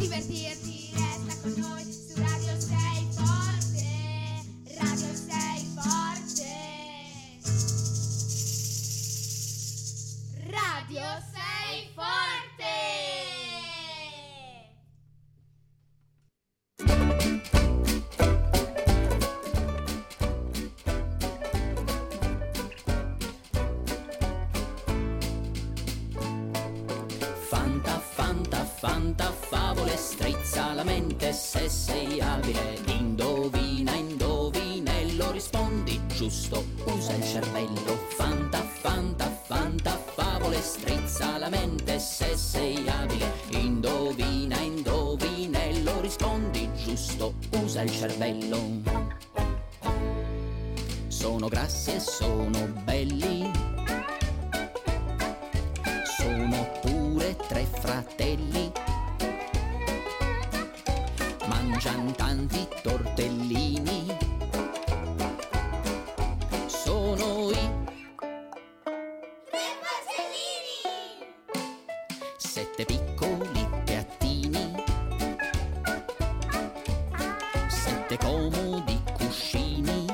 divertirti, resta con noi su Radio 6 Forte. Radio 6 Forte. Radio 6 Forte. Fanta, favole, strizza la mente se sei abile. Indovina, indovinello, rispondi giusto, usa il cervello. Fanta, favole, strizza la mente se sei abile. Indovina, indovinello, rispondi giusto, usa il cervello. Sono grassi e sono belli, sono pure tre fratelli, mangiano tanti tortellini, sono i Tre Marcellini. 7 piccoli piattini, 7 comodi cuscini,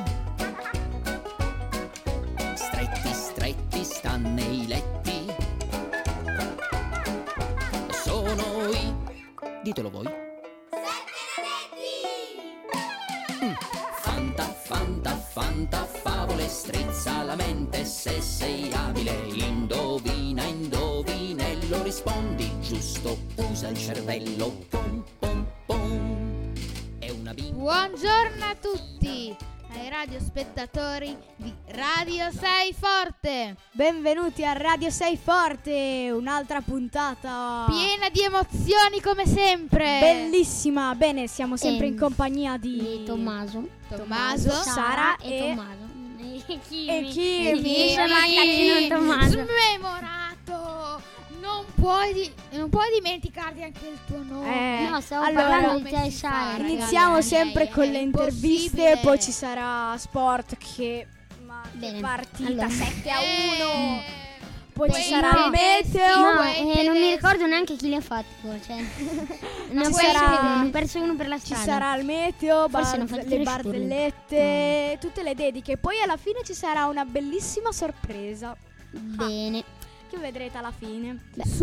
stretti stretti stanno nei letti, sono i, ditelo voi. Fanta, favole, strizza la mente se sei abile. Indovina, indovinello, rispondi giusto, usa il cervello. Pom, pom, pom. È una bimba. Buongiorno a tutti, ai radiospettatori di Radio 6 Forte. Benvenuti a Radio 6 Forte, un'altra puntata Piena di emozioni come sempre. bellissima. Bene, siamo sempre E in compagnia di Tommaso, Tommaso, Sara e e Tommaso. E Kimi. Kimi. Sono anche non Tommaso. Smemorato. Non puoi dimenticarti anche il tuo nome. No, stavo allora, parlando di come te, si fa, Sara. ragazzi? iniziamo sempre È con le interviste, impossibile. poi ci sarà sport che Bene, partita allora. 7-1. Poi Poi ci sarà il meteo. No, Puente non mi del- ricordo neanche chi li ha fatti. Cioè. Ne ho Ci perso sarà- uno, ne ho perso uno per la Ci strada. sarà il meteo, Forse hanno fatto le le barzellette, tutte le dediche. Poi alla fine ci sarà una bellissima sorpresa Bene. che vedrete alla fine.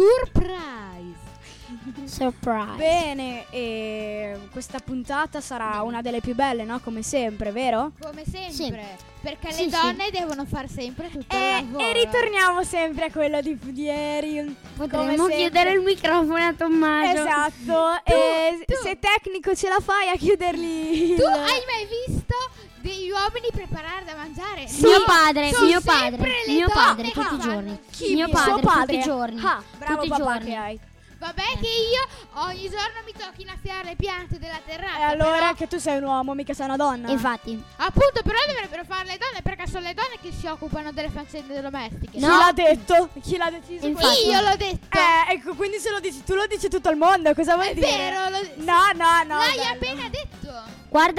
Surprise. Surprise. Bene, e questa puntata sarà una delle più belle, no? Come sempre, vero? Come sempre. Sì. Perché Sì, le donne devono fare sempre tutto il lavoro. E ritorniamo sempre a quello di ieri. Potremmo come chiudere sempre. il microfono a Tommaso. Esatto. tu. Se tecnico ce la fai a chiuderli. Tu hai mai visto degli uomini preparare da mangiare? Sì. Mio padre, sono mio sempre padre, le mio donne padre che tutti i fanno. giorni. Chi? Mio Suo padre padre? tutti i giorni. Ah, bravo tutti i papà giorni. che hai. Vabbè che io ogni giorno mi tocchi innaffiare le piante della terrazza. E allora però- che tu sei un uomo, mica sei una donna. Infatti. Appunto, però dovrebbero fare le donne, perché sono le donne che si occupano delle faccende domestiche. Chi No. l'ha detto? Chi l'ha deciso? Infatti. questo? Io l'ho detto. Ecco, quindi se lo dici tu lo dice tutto il mondo, cosa vuoi È dire? vero, No, l'hai bello. appena detto. Guarda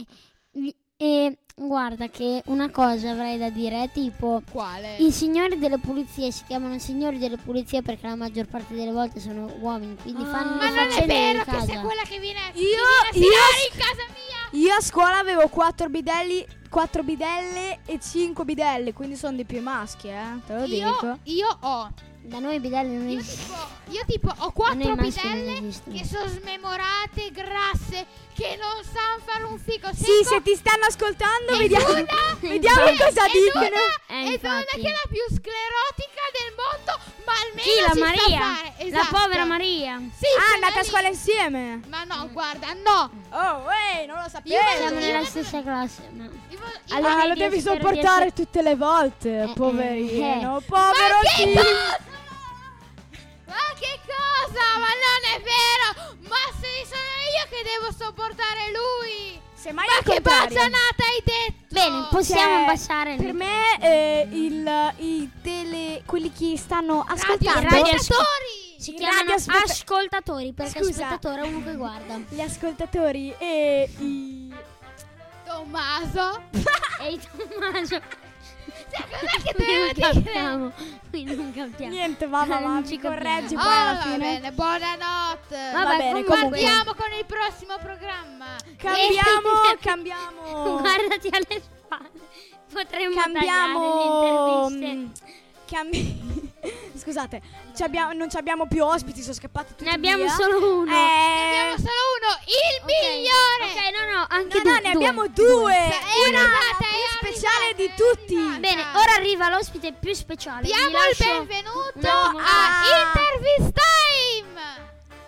che una cosa avrei da dire è tipo Quale? i signori delle pulizie si chiamano signori delle pulizie perché la maggior parte delle volte sono uomini, quindi fanno Ma le non è faccende vero di che casa. sei quella che viene a Io- filare in casa mia. Io a scuola avevo 4 bidelle e 5 bidelle, quindi sono di più maschi, te lo dico. Io ho Da noi bidelli non Io esistono. tipo ho 4 noi maschi non bidelle esistono. che sono smemorate, grasse, che non sanno fare un fico secco. Sì, se ti stanno ascoltando, E vediamo, Luna- vediamo Sì, cosa e dicono. Luna- e Luna infatti. che è la più sclerotica del mondo, ma almeno Chi? La si sa Maria? fare. La Esatto. povera Maria. Sì, Ah, quella andate a lì. scuola insieme. Ma no, guarda, no. Oh, non lo sapevo. Siamo nella stessa classe. No. Io- Allora, Ah, lo media devi spero di sopportare tutte le volte, poverino. Povero Ma che Kim. cosa? Ma che cosa? Ma non è vero! Ma se sono io che devo sopportare lui! Semmai Ma al che contrario. baggianata hai detto? Bene, possiamo Cioè, passare. Per me quelli che stanno ascoltando Radioascoltatori! Si i chiamano radioaspetta- ascoltatori perché Scusa. spettatore è uno che guarda. gli ascoltatori e i Tommaso! Ehi Tommaso, Cioè, cos'è che Qui devo non dire? capiamo. Qui non capiamo. Niente, mamma, Non ci ci capiamo. correggi Oh, poi alla va fine. bene, buonanotte. Va bene, comunque. comunque. Andiamo con il prossimo programma. Cambiamo. Guardati alle spalle. Potremmo Cambiamo. tagliare le interviste. Scusate, non ci abbiamo più ospiti, sono scappati tutti Ne abbiamo via. solo uno. Abbiamo solo uno, il migliore. Ok, no, anche No, ne abbiamo due. È Una arrivata, più speciale di tutti. Bene, ora arriva l'ospite più speciale. Diamo Vi lascio il benvenuto un attimo. a Intervist Time.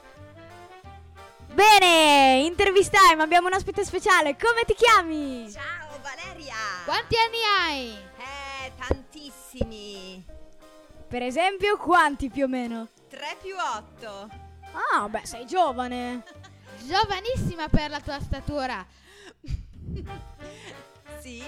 Bene, intervist time, abbiamo un ospite speciale. Come ti chiami? Ciao Valeria! Quanti anni hai? Tantissimi! Per esempio, quanti più o meno? 3 più 8. Ah, beh, sei giovane. Giovanissima per la tua statura. Sì?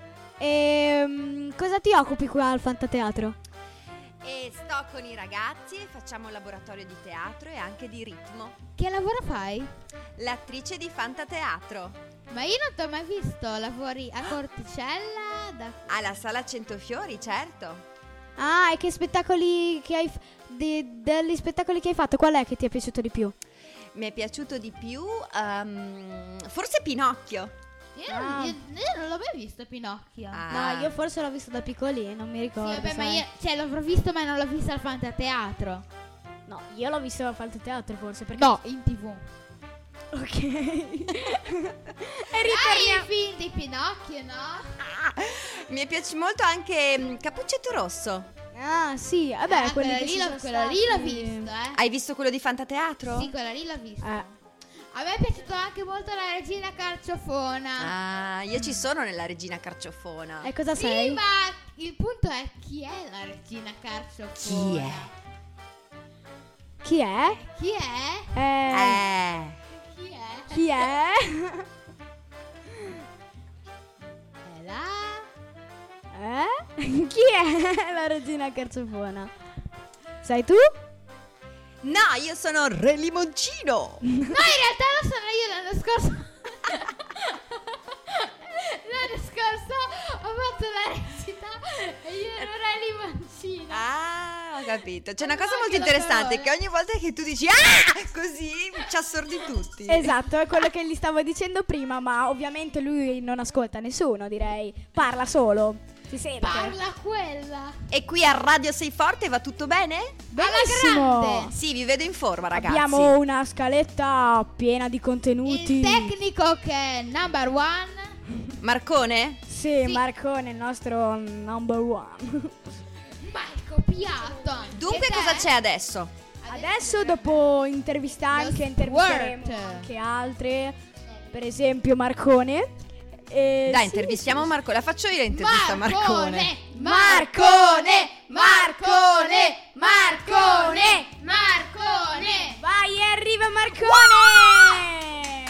Cosa ti occupi qua al Fantateatro? E sto con i ragazzi e facciamo un laboratorio di teatro e anche di ritmo. Che lavoro fai? L'attrice di Fantateatro. Ma io non ti ho mai visto. Lavori a Corticella? Alla Sala Centofiori, certo. Ah, e che spettacoli che hai degli spettacoli che hai fatto, qual è che ti è piaciuto di più? Mi è piaciuto di più, forse Pinocchio. Io Ah. non l'ho mai visto Pinocchio. Ah. No, io forse l'ho visto da piccolino, non mi Sì, ricordo. vabbè, ma sai. io l'avrò visto, ma non l'ho visto al Fantateatro. No, io l'ho visto al Fantateatro forse perché... No, in TV. Ok. E Dai, ritorniamo. il film di Pinocchio, no? Mi piace molto anche Cappuccetto Rosso. Ah, sì, vabbè, quelli che ci sono quello lì l'ho stati- visto, Hai visto quello di Fantateatro? Sì, quella lì l'ho visto. Eh. A me è piaciuto anche molto la regina carciofona. Ah, io ci sono nella Regina Carciofona. E cosa Sì, sei? ma il punto è chi è la regina carciofona? Chi è? Chi è? Chi è? Eh, Chi è? Chi è? È la... Chi è la regina carciofona? Sei tu? No, io sono Re Limoncino. No, in realtà lo sono io l'anno scorso. L'anno scorso ho fatto la recita e io ero Re Limoncino. Ah, ho capito. C'è una Ma cosa no, molto che la interessante, parola. che ogni volta che tu dici ah, così ci assordi tutti. Esatto, è quello che gli stavo dicendo prima, ma ovviamente lui non ascolta nessuno, direi. Parla solo. Si sente? Parla quella. E qui a Radio Sei Forte va tutto bene? Benissimo. Alla grande. Sì, vi vedo in forma, ragazzi. Abbiamo una scaletta piena di contenuti. Il tecnico che è number one. Marcone? Sì, Sì. Marcone, il nostro number one. Ma è copiato. Dunque E te? cosa c'è adesso? Adesso dopo intervisteremo Sport. anche altre, per esempio Marcone. Dai, sì, intervistiamo sì. Marcone. La faccio io l'intervista a Marcone. Marcone, Marcone, Marcone, Marcone. Vai, arriva Marcone!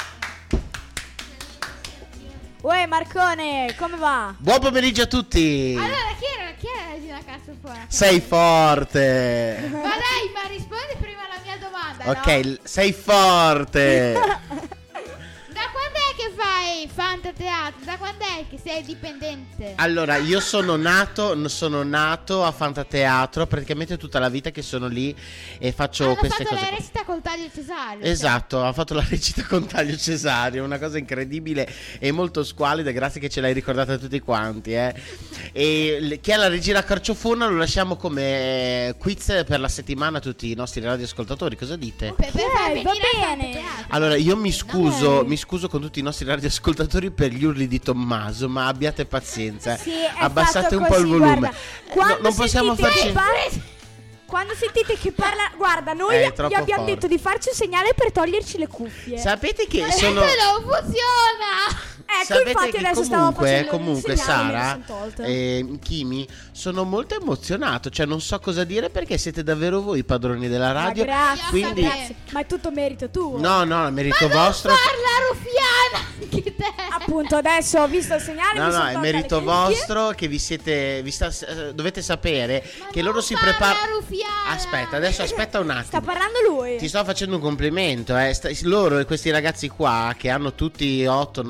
Uè Marcone, come va? Buon pomeriggio a tutti. Allora, chi era la regina carciofona? Sei forte. Ma dai, ma rispondi prima alla mia domanda, Ok, no? sei forte. Da quando è che fai Fantateatro? Da quando è che sei dipendente? Allora, io sono nato a Fantateatro, praticamente tutta la vita che sono lì e faccio Hanno queste fatto cose. la qua. recita col taglio cesareo. Esatto, ha fatto la recita con taglio cesareo, una cosa incredibile e molto squalida, grazie che ce l'hai ricordata tutti quanti, chi è la regina carciofona lo lasciamo come quiz per la settimana a tutti i nostri radioascoltatori, cosa dite? Per far venire va al bene. Fantateatro. Allora, io mi scuso Dai. con tutti i nostri radioascoltatori per gli urli di Tommaso, ma abbiate pazienza, Sì, è abbassate fatto un po' il così, volume. guarda. Quando non possiamo sentite farci... che quando sentite che parla, guarda, noi È gli troppo abbiamo forte. detto di farci un segnale per toglierci le cuffie. Sapete che Ma sono... adesso non funziona. Ecco, Sapete infatti che adesso stavo facendo comunque il segnale, me Sara ne son tolto. e Kimi, sono molto emozionato, cioè non so cosa dire perché siete davvero voi i padroni della Ma radio. grazie, quindi grazie. Ma è tutto merito tuo. no, merito Ma non vostro. farla ruffiana anche te. Appunto, adesso ho visto il segnale. No, mi son è tolta merito le cuffie. vostro che dovete sapere che loro si preparano. preparano. Aspetta un Sta attimo. parlando lui. Ti sto facendo un complimento, loro e questi ragazzi qua che hanno tutti 8, 9, 10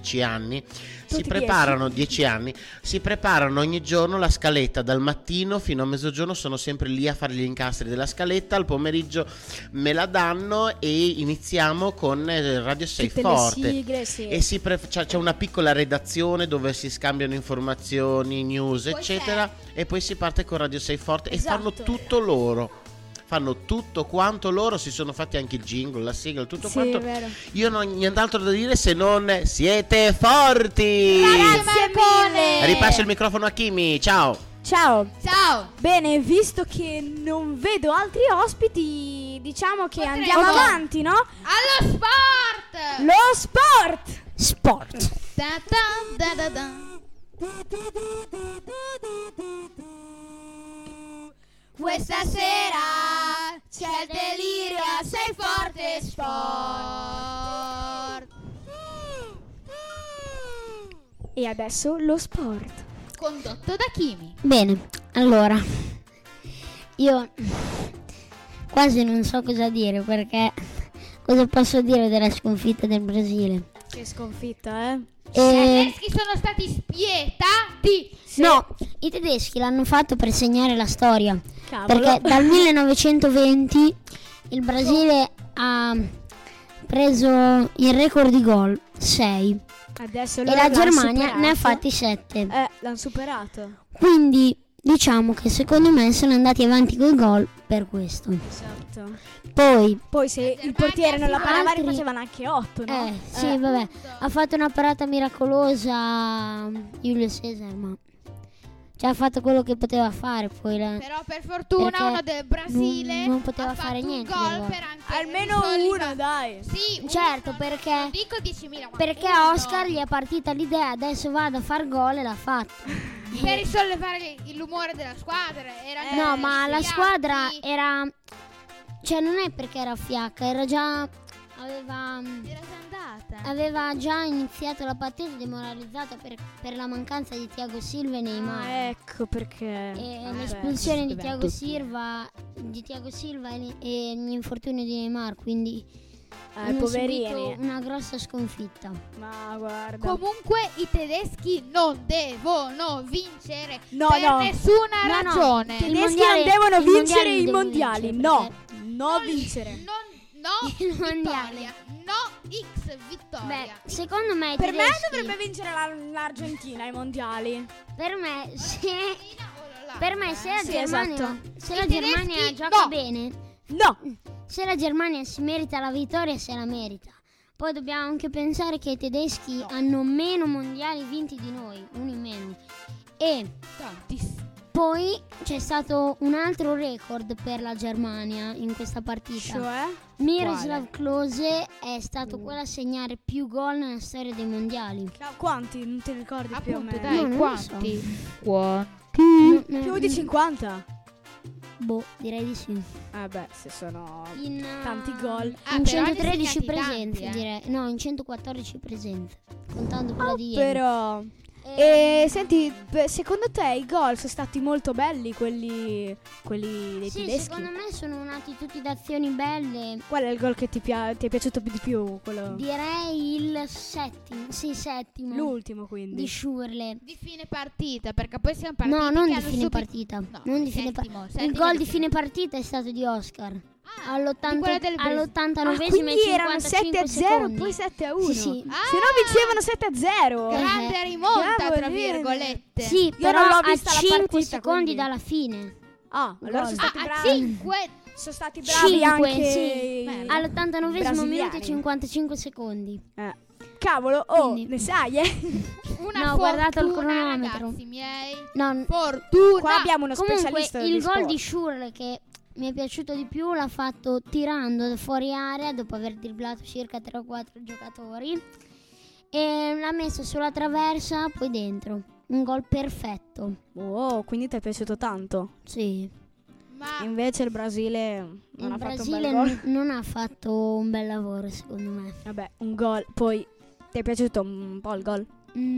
10 anni, si Tutti preparano 10 anni, si preparano ogni giorno la scaletta dal mattino fino a mezzogiorno, sono sempre lì a fare gli incastri della scaletta, al pomeriggio me la danno e iniziamo con Radio 6 Tutte Forte. le sigle, sì. E c'è una piccola redazione dove si scambiano informazioni, news, Poi eccetera, e poi si parte con Radio 6 Forte Esatto. e fanno tutto loro. Fanno tutto quanto loro, si sono fatti anche il jingle, la sigla, tutto Sì, quanto. è vero. Io non ho nient'altro da dire se non siete forti. Grazie mille. Ripasso il microfono a Kimi, ciao. Ciao. Ciao. Bene, visto che non vedo altri ospiti, diciamo che Potremmo. andiamo avanti, no? Allo sport. Lo sport. Sport. Da da da da da. Questa sera c'è il delirio a Sei Forte Sport. E adesso lo sport. Condotto da Kimi. Bene, allora, io quasi non so cosa dire perché cosa posso dire della sconfitta del Brasile? Che sconfitta, I tedeschi sono stati spietati. No, i tedeschi l'hanno fatto per segnare la storia, Cavolo. perché dal 1920 il Brasile ha preso il record di gol, 6, Adesso e loro la l'hanno Germania superato. ne ha fatti 7. L'hanno superato. Quindi diciamo che secondo me sono andati avanti coi gol per questo. Esatto. Poi Se il portiere non la parava, ne altri- facevano anche 8, no? sì, vabbè, ha fatto una parata miracolosa Giulio Cesar, ma ha fatto quello che poteva fare poi Però per fortuna Perché uno del Brasile non poteva ha fare fatto niente un del gol gol. per anche Almeno risollevare- uno, dai. Sì, Certo, uno, perché- non dico 10.000, ma perché uno. a Oscar gli è partita l'idea, adesso vado a far gol e l'ha fatto. Per risollevare l'umore della squadra. Era già No, ma la sfiati. squadra era, cioè non è perché era fiacca, era già Era già andata. aveva già iniziato la partita demoralizzata per la mancanza di Thiago Silva e Neymar. Ecco perché. E Vabbè, l'espulsione di vabbè. Thiago Silva e l'infortunio di Neymar, quindi hanno poverini. subito una grossa sconfitta. Ma guarda. Comunque i tedeschi non devono vincere No, per no. nessuna No, no. ragione. I Il tedeschi mondiale- non devono il vincere mondiale i devono mondiali. vincere, No. perché- No vincere. No, Il vittoria. mondiale. No, X vittoria. Beh, secondo me i Per me tedeschi, dovrebbe vincere l'Argentina ai mondiali. per me se L'Olanda. per me se la Sì, Germania, esatto. se I la Germania tedeschi gioca no. bene, No. se la Germania si merita la vittoria, se la merita. Poi dobbiamo anche pensare che i tedeschi hanno meno mondiali vinti di noi, uno in meno. E Tantissimo. poi c'è stato un altro record per la Germania in questa partita. Cioè? Miroslav Klose è stato quello a segnare più gol nella storia dei mondiali. Quanti? Non ti ricordi più o Appunto, meno? dai, No, non lo quanti? Più di 50. Boh, direi di sì. Beh, se sono In, tanti gol. Ah, in però ne 113 segnati presenze, tanti, direi. No, in 114 presenze. Contando quella di ieri. Però. E senti, secondo te i gol sono stati molto belli quelli dei sì, tedeschi? secondo me sono nati tutti da azioni belle. Qual è il gol che ti è piaciuto di più? Quello... Direi il settimo. L'ultimo quindi. Di Schürrle. Di fine partita, perché poi siamo partiti. No, non che di hanno fine subito- partita. No, Non di fine settimo, partita. Il settimo gol di fine partita è stato di Oscar. Ah, di quella del Brasile. all'89esimo e quindi erano 55 7-0 secondi. poi 7-1. Sì, sì. Se no vincevano 7-0. Grande rimonta, tra Cavolino. virgolette. Sì, però non l'ho a vista la 5 partita, secondi quindi. dalla fine. Ah, allora sono stati a bravi. 5. Sono stati bravi 5, anche sì. i All'89esimo brasiliani. minuto e 55 secondi. Cavolo, Quindi- ne sai, Una No, ho guardato il fortuna, cronometro. ragazzi miei. No, Fortuna. Qua abbiamo uno comunque specialista il di gol sport. di Schürrle che mi è piaciuto di più l'ha fatto tirando da fuori area dopo aver dribblato circa 3 o 4 giocatori e l'ha messo sulla traversa poi dentro. Un gol perfetto. Oh, quindi ti è piaciuto tanto. Sì. Ma Invece il Brasile non Il ha fatto un Brasile bel gol. non ha fatto un bel lavoro secondo me. Vabbè, un gol. Poi ti è piaciuto un po' il gol?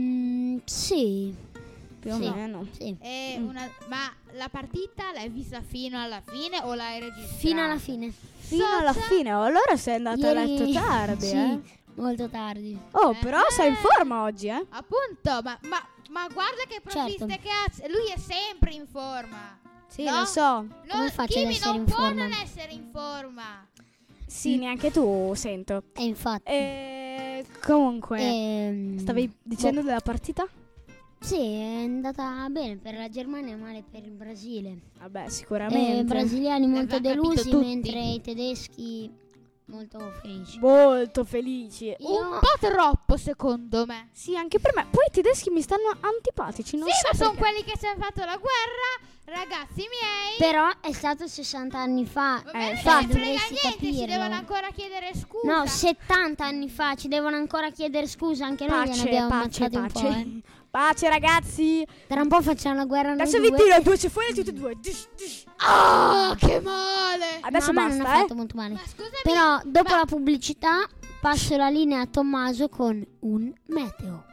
Sì. Più o Sì. meno. Sì. ma la partita l'hai vista fino alla fine o l'hai registrata? Fino alla fine. Fino alla fine. Oh, allora sei andato a letto tardi, sì. eh? Molto tardi. Oh, però sei in forma oggi, eh? Appunto, ma guarda che provviste Certo. che ha. Lui è sempre in forma. Sì, No? lo so. Come faccio ad Kimi essere non in può forma? non essere in forma. Sì, neanche tu, sento. E infatti. Comunque, stavi dicendo della partita? Sì, è andata bene per la Germania, male per il Brasile. Vabbè, I sicuramente. brasiliani molto L'aveva capito delusi, tutti. mentre i tedeschi molto felici. Molto felici. Un po' troppo, secondo me. Sì, anche per me. Poi i tedeschi mi stanno antipatici, non Sì, so ma sono perché. quelli che ci hanno fatto la guerra, ragazzi miei. Però è stato 60 anni fa. Va bene, infatti, non frega dovresti niente, ci capirlo. devono ancora chiedere scusa. No, 70 anni fa, ci devono ancora chiedere scusa, anche noi gliene abbiamo ammazzati un po'. Pace, ragazzi. Tra un po' facciamo la guerra noi Adesso vi due. tiro due ceffoni tutti e due. Dish, dish. Ah, che male. Adesso No, a me non ha basta, fatto molto male. Ma scusami. Però dopo ma- la pubblicità passo la linea a Tommaso con un meteo.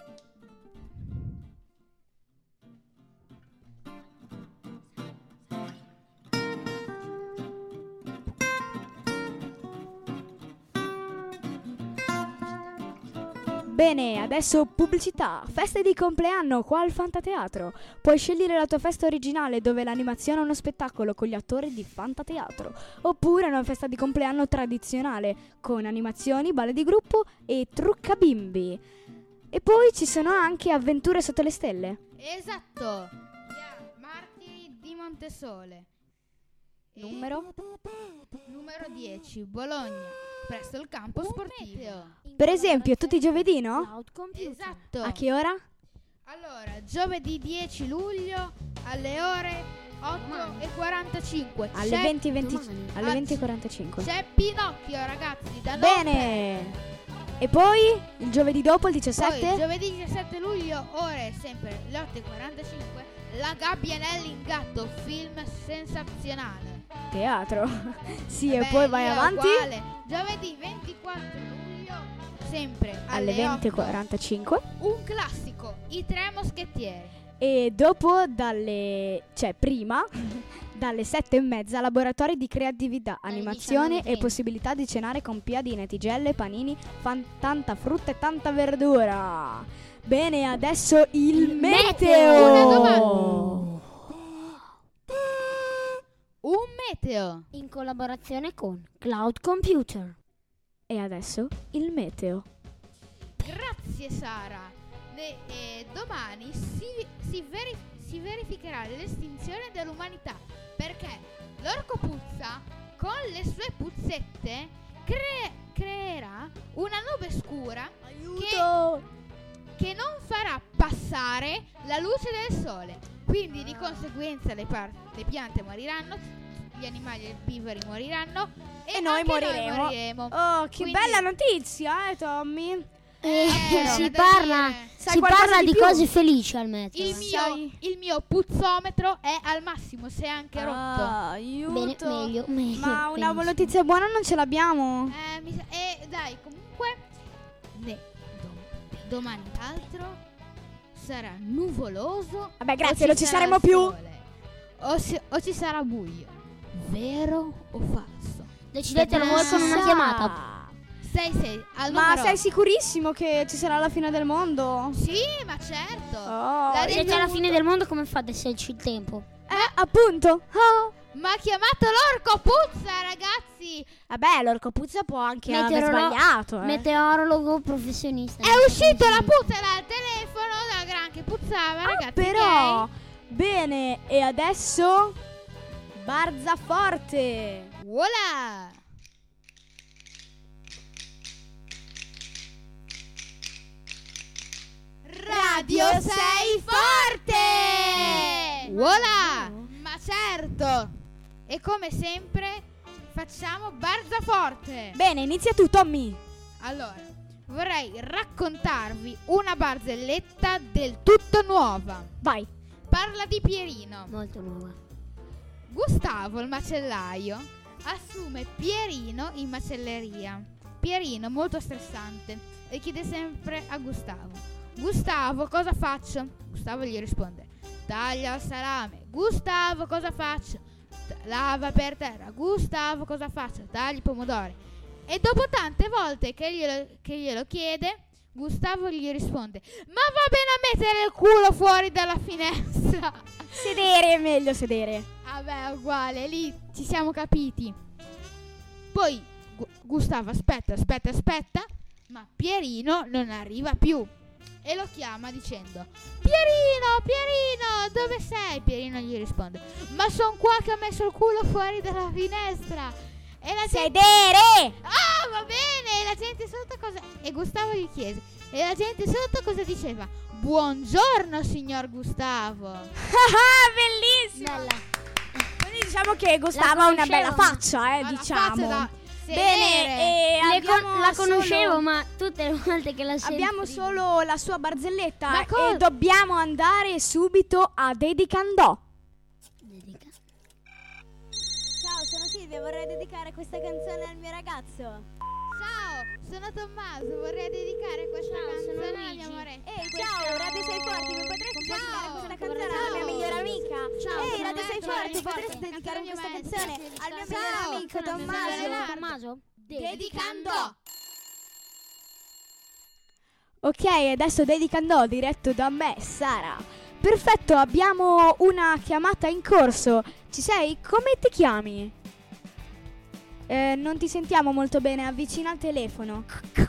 Bene, adesso pubblicità. Feste di compleanno qua al Fantateatro. Puoi scegliere la tua festa originale dove l'animazione è uno spettacolo con gli attori di Fantateatro. Oppure una festa di compleanno tradizionale con animazioni, balli di gruppo e trucca bimbi. E poi ci sono anche avventure sotto le stelle. Esatto. Martiri di Montesole. Numero? Numero 10, Bologna, presso il campo sportivo. Per esempio, tutti i giovedì, no? Esatto. A che ora? Allora, giovedì 10 luglio alle ore 8:45. Alle 20:20 domani. alle 20:45. C'è Pinocchio, ragazzi, da non Bene. E poi il giovedì dopo, il Poi, 17? giovedì 17 luglio, ore sempre le 8:45, La Gabbianelli in gatto, film sensazionale. Teatro. Sì, e Beh, poi vai lì è avanti uguale. Giovedì 24 luglio, sempre alle alle 8, 20:45. un classico, I Tre Moschettieri. E dopo prima dalle 7:30 laboratori di creatività, Alle animazione e 19:30. possibilità di cenare con piadine, tigelle, panini, tanta frutta e tanta verdura. Bene, adesso il meteo. Una domanda. Un meteo. In collaborazione con Cloud Computer. E adesso il meteo. Grazie Sara. Domani si verificherà l'estinzione dell'umanità perché l'orco puzza con le sue puzzette creerà una nube scura che non farà passare la luce del sole. Quindi di conseguenza le piante moriranno, gli animali e i viveri moriranno e noi anche moriremo. Noi moriremo. Oh, che Quindi- bella notizia, Tommy. Si da parla, dire. Sai si qualcosa parla di di più? cose felici al meteo. Il mio puzzometro è al massimo, si è anche rotto. Aiuto. Bene, meglio. Ma una benissimo. notizia buona non ce l'abbiamo. Dai, comunque domani l'altro sarà nuvoloso. Vabbè, grazie, o non ci sarà saremo il più. sole, o ci sarà buio. Vero o falso? Decidetelo voi con una chiamata. 6 al Ma numero. sei sicurissimo che ci sarà la fine del mondo? Sì, ma certo. Oh, La Se c'è la fine del mondo, come fate se c'è il tempo? appunto. Oh. Ma ha chiamato l'orco puzza, ragazzi. Vabbè, l'orco puzza può anche aver Meteorolo- sbagliato. Meteorologo professionista. È uscito la puzza dal telefono, dalla gran che puzzava, ragazzi. Però, bene, e adesso Barzaforte. Voilà. Radio sei forte! Voilà! Ma certo! E come sempre facciamo Barzaforte. Bene, inizia tu, Tommy. Allora, vorrei raccontarvi una barzelletta del tutto nuova. Vai. Parla di Pierino. Molto nuova. Gustavo, il macellaio, assume Pierino in macelleria. Pierino, molto stressante, e chiede sempre a Gustavo: Gustavo, cosa faccio? Gustavo gli risponde: taglia il salame. Gustavo, cosa faccio? Lava per terra. Gustavo, cosa faccio? Tagli i pomodori. E dopo tante volte che glielo chiede, Gustavo gli risponde: ma va bene a mettere il culo fuori dalla finestra. Sedere, è meglio sedere. Vabbè, uguale, lì ci siamo capiti. Poi Gustavo aspetta, ma Pierino non arriva più. E lo chiama dicendo: Pierino, dove sei? Pierino gli risponde: ma son qua che ho messo il culo fuori dalla finestra. E la gente... Sedere! Ah, va bene! E la gente sotto cosa... E Gustavo gli chiese. E la gente sotto cosa diceva? Buongiorno, signor Gustavo. Ah, bellissimo! Bella. Quindi diciamo che Gustavo ha una bella conoscevo. faccia, Ma la diciamo. faccia da Bene, e La conoscevo, ma tutte le volte che la sento. abbiamo solo la sua barzelletta Ma e dobbiamo andare subito a Dedicandò. Ciao, sono Silvia, vorrei dedicare questa canzone al mio ragazzo. Ciao, sono Tommaso. Vorrei dedicare questa sono canzone al Luigi. mio amoretto. Ehi, ciao, Radio Sei Forti, mi potresti dedicare questa canzone alla Ciao. mia migliore amica? Ciao, Ehi, sono Radio Sei Marco, Forti, Radio potresti Forti. dedicare Canzone questa mia canzone maestra. al mio Ciao, migliore amico sono Tommaso? Tommaso? Dedicandò. Ok, adesso Dedicandò diretto da me, Sara. Perfetto, abbiamo una chiamata in corso. Ci sei? Come ti chiami? Non ti sentiamo molto bene, avvicina al telefono.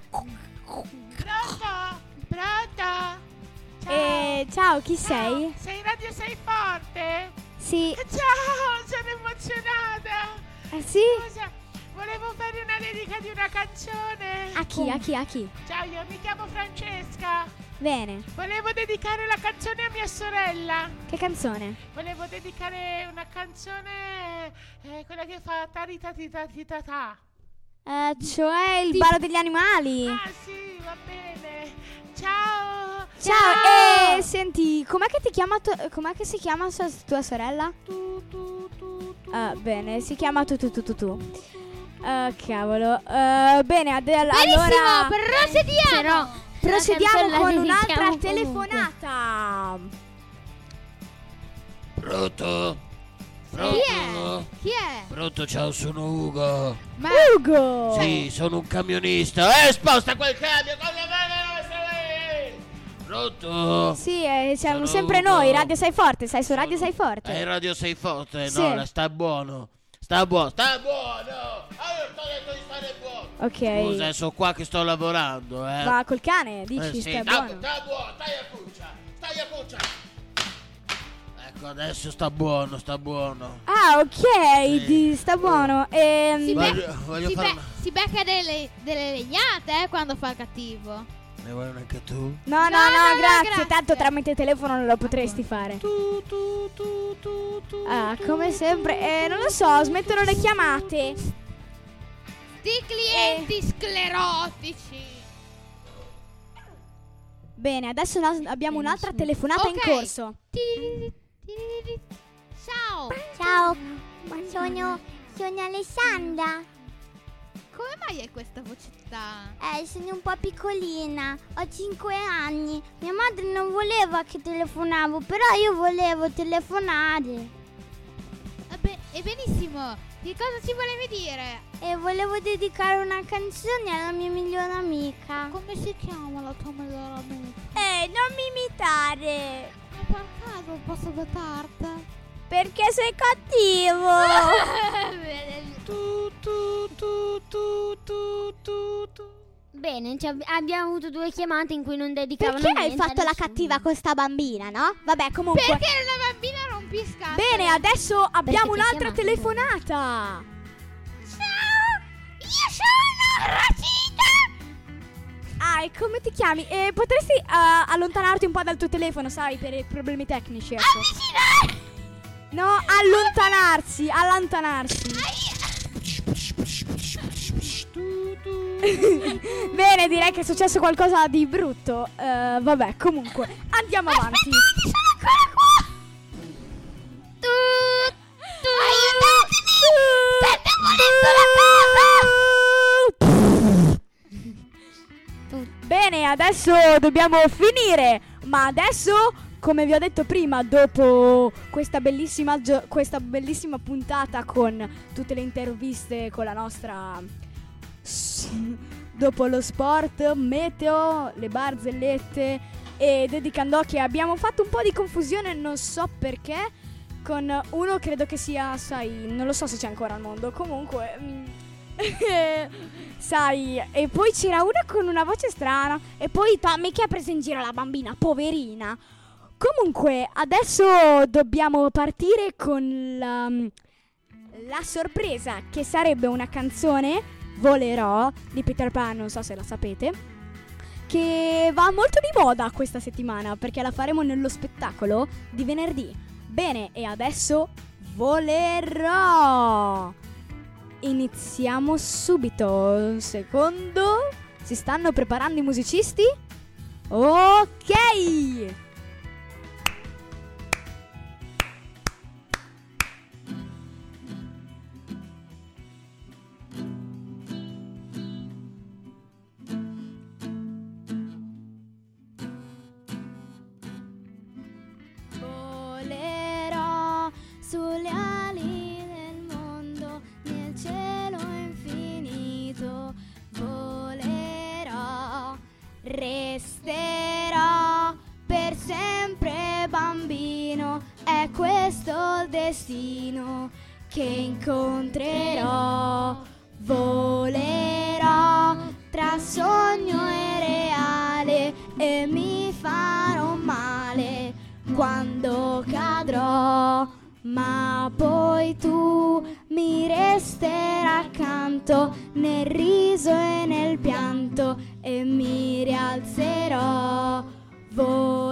Pronto? Ciao, chi sei? Sei Radio Sei Forte? Sì. Ciao, sono emozionata. Sì? Scusa, volevo fare una dedica di una canzone. A chi? A chi? A chi? Ciao, io mi chiamo Francesca. Bene. Volevo dedicare la canzone a mia sorella. Che canzone? Volevo dedicare una canzone, quella che fa taritatitatitata. Cioè il ballo degli animali. Ah sì, va bene. Ciao. Ciao, senti, com'è che com'è che si chiama tua sorella? Tu. Ah, bene, si chiama tu. Cavolo. Bene, Benissimo, allora procediamo. procediamo con un'altra dedichiamo telefonata. Pronto? Chi è? Pronto, ciao, sono Ugo. Ma Ugo! Sì, sono un camionista. Sposta quel camion! Pronto? Sì, siamo Sono sempre Ugo. noi, Radio Sei Forte, sei su Radio Sei Forte. Radio Sei Forte? Sì. No, sta buono. Sta buono! Allora, sto detto di stare buono. Ok. Scusa, sono qua che sto lavorando, Va col cane, dici, sì, sta buono. sta buono, stai a cuccia. Ecco, adesso sta buono. Ah, ok, Sì. sta buono. Voglio fare una... si becca delle legnate quando fa il cattivo. Ne vuoi anche tu? No, grazie, tanto tramite telefono non lo potresti fare. Ah, come sempre, non lo so, smettono le chiamate. Sti clienti sclerotici. Bene, adesso abbiamo un'altra telefonata in Ok. corso. Ciao. Ciao, sono Alessandra. Come mai hai questa vocetta? Sono un po' piccolina, ho 5 anni. Mia madre non voleva che telefonavo, però io volevo telefonare. Vabbè, è benissimo. Che cosa ci volevi dire? E volevo dedicare una canzone alla mia migliore amica. Come si chiama la tua migliore amica? Non mi imitare, Ma per caso posso votarti? perché sei cattivo. Bene, abbiamo avuto 2 chiamate in cui non dedicavano Perché hai niente a fatto la nessuno. cattiva con sta bambina, no? Vabbè, comunque. Perché una bambina rompiscatole? Bene, adesso abbiamo ti ha un'altra chiamato? telefonata. Io sono Rosita. Ah, e come ti chiami? Potresti allontanarti un po' dal tuo telefono, sai, per i problemi tecnici, ecco. No, allontanarsi. Bene, direi che è successo qualcosa di brutto. Vabbè, comunque, andiamo avanti. Sono ancora qua. Aiutatemi. Sta demolendo la casa. Bene, adesso dobbiamo finire. Ma adesso, come vi ho detto prima, dopo questa bellissima puntata con tutte le interviste con la nostra dopo lo sport, meteo, le barzellette e dedicandocchi. Abbiamo fatto un po' di confusione, non so perché, con uno credo che sia, sai, non lo so se c'è ancora al mondo, comunque sai, e poi c'era una con una voce strana e poi Tommy che ha preso in giro la bambina, poverina. Comunque adesso dobbiamo partire con la sorpresa, che sarebbe una canzone, Volerò, di Peter Pan, non so se la sapete, che va molto di moda questa settimana perché la faremo nello spettacolo di venerdì. Bene, e adesso Volerò. Iniziamo subito. Un secondo. Si stanno preparando i musicisti? Ok. Volerò sulle ali del mondo, nel cielo infinito. Volerò, resterò per sempre bambino. È questo il destino che incontrerò. Volerò tra sogno e reale e mi farò male quando cadrò, ma poi tu mi resterai accanto nel riso e nel pianto e mi rialzerò.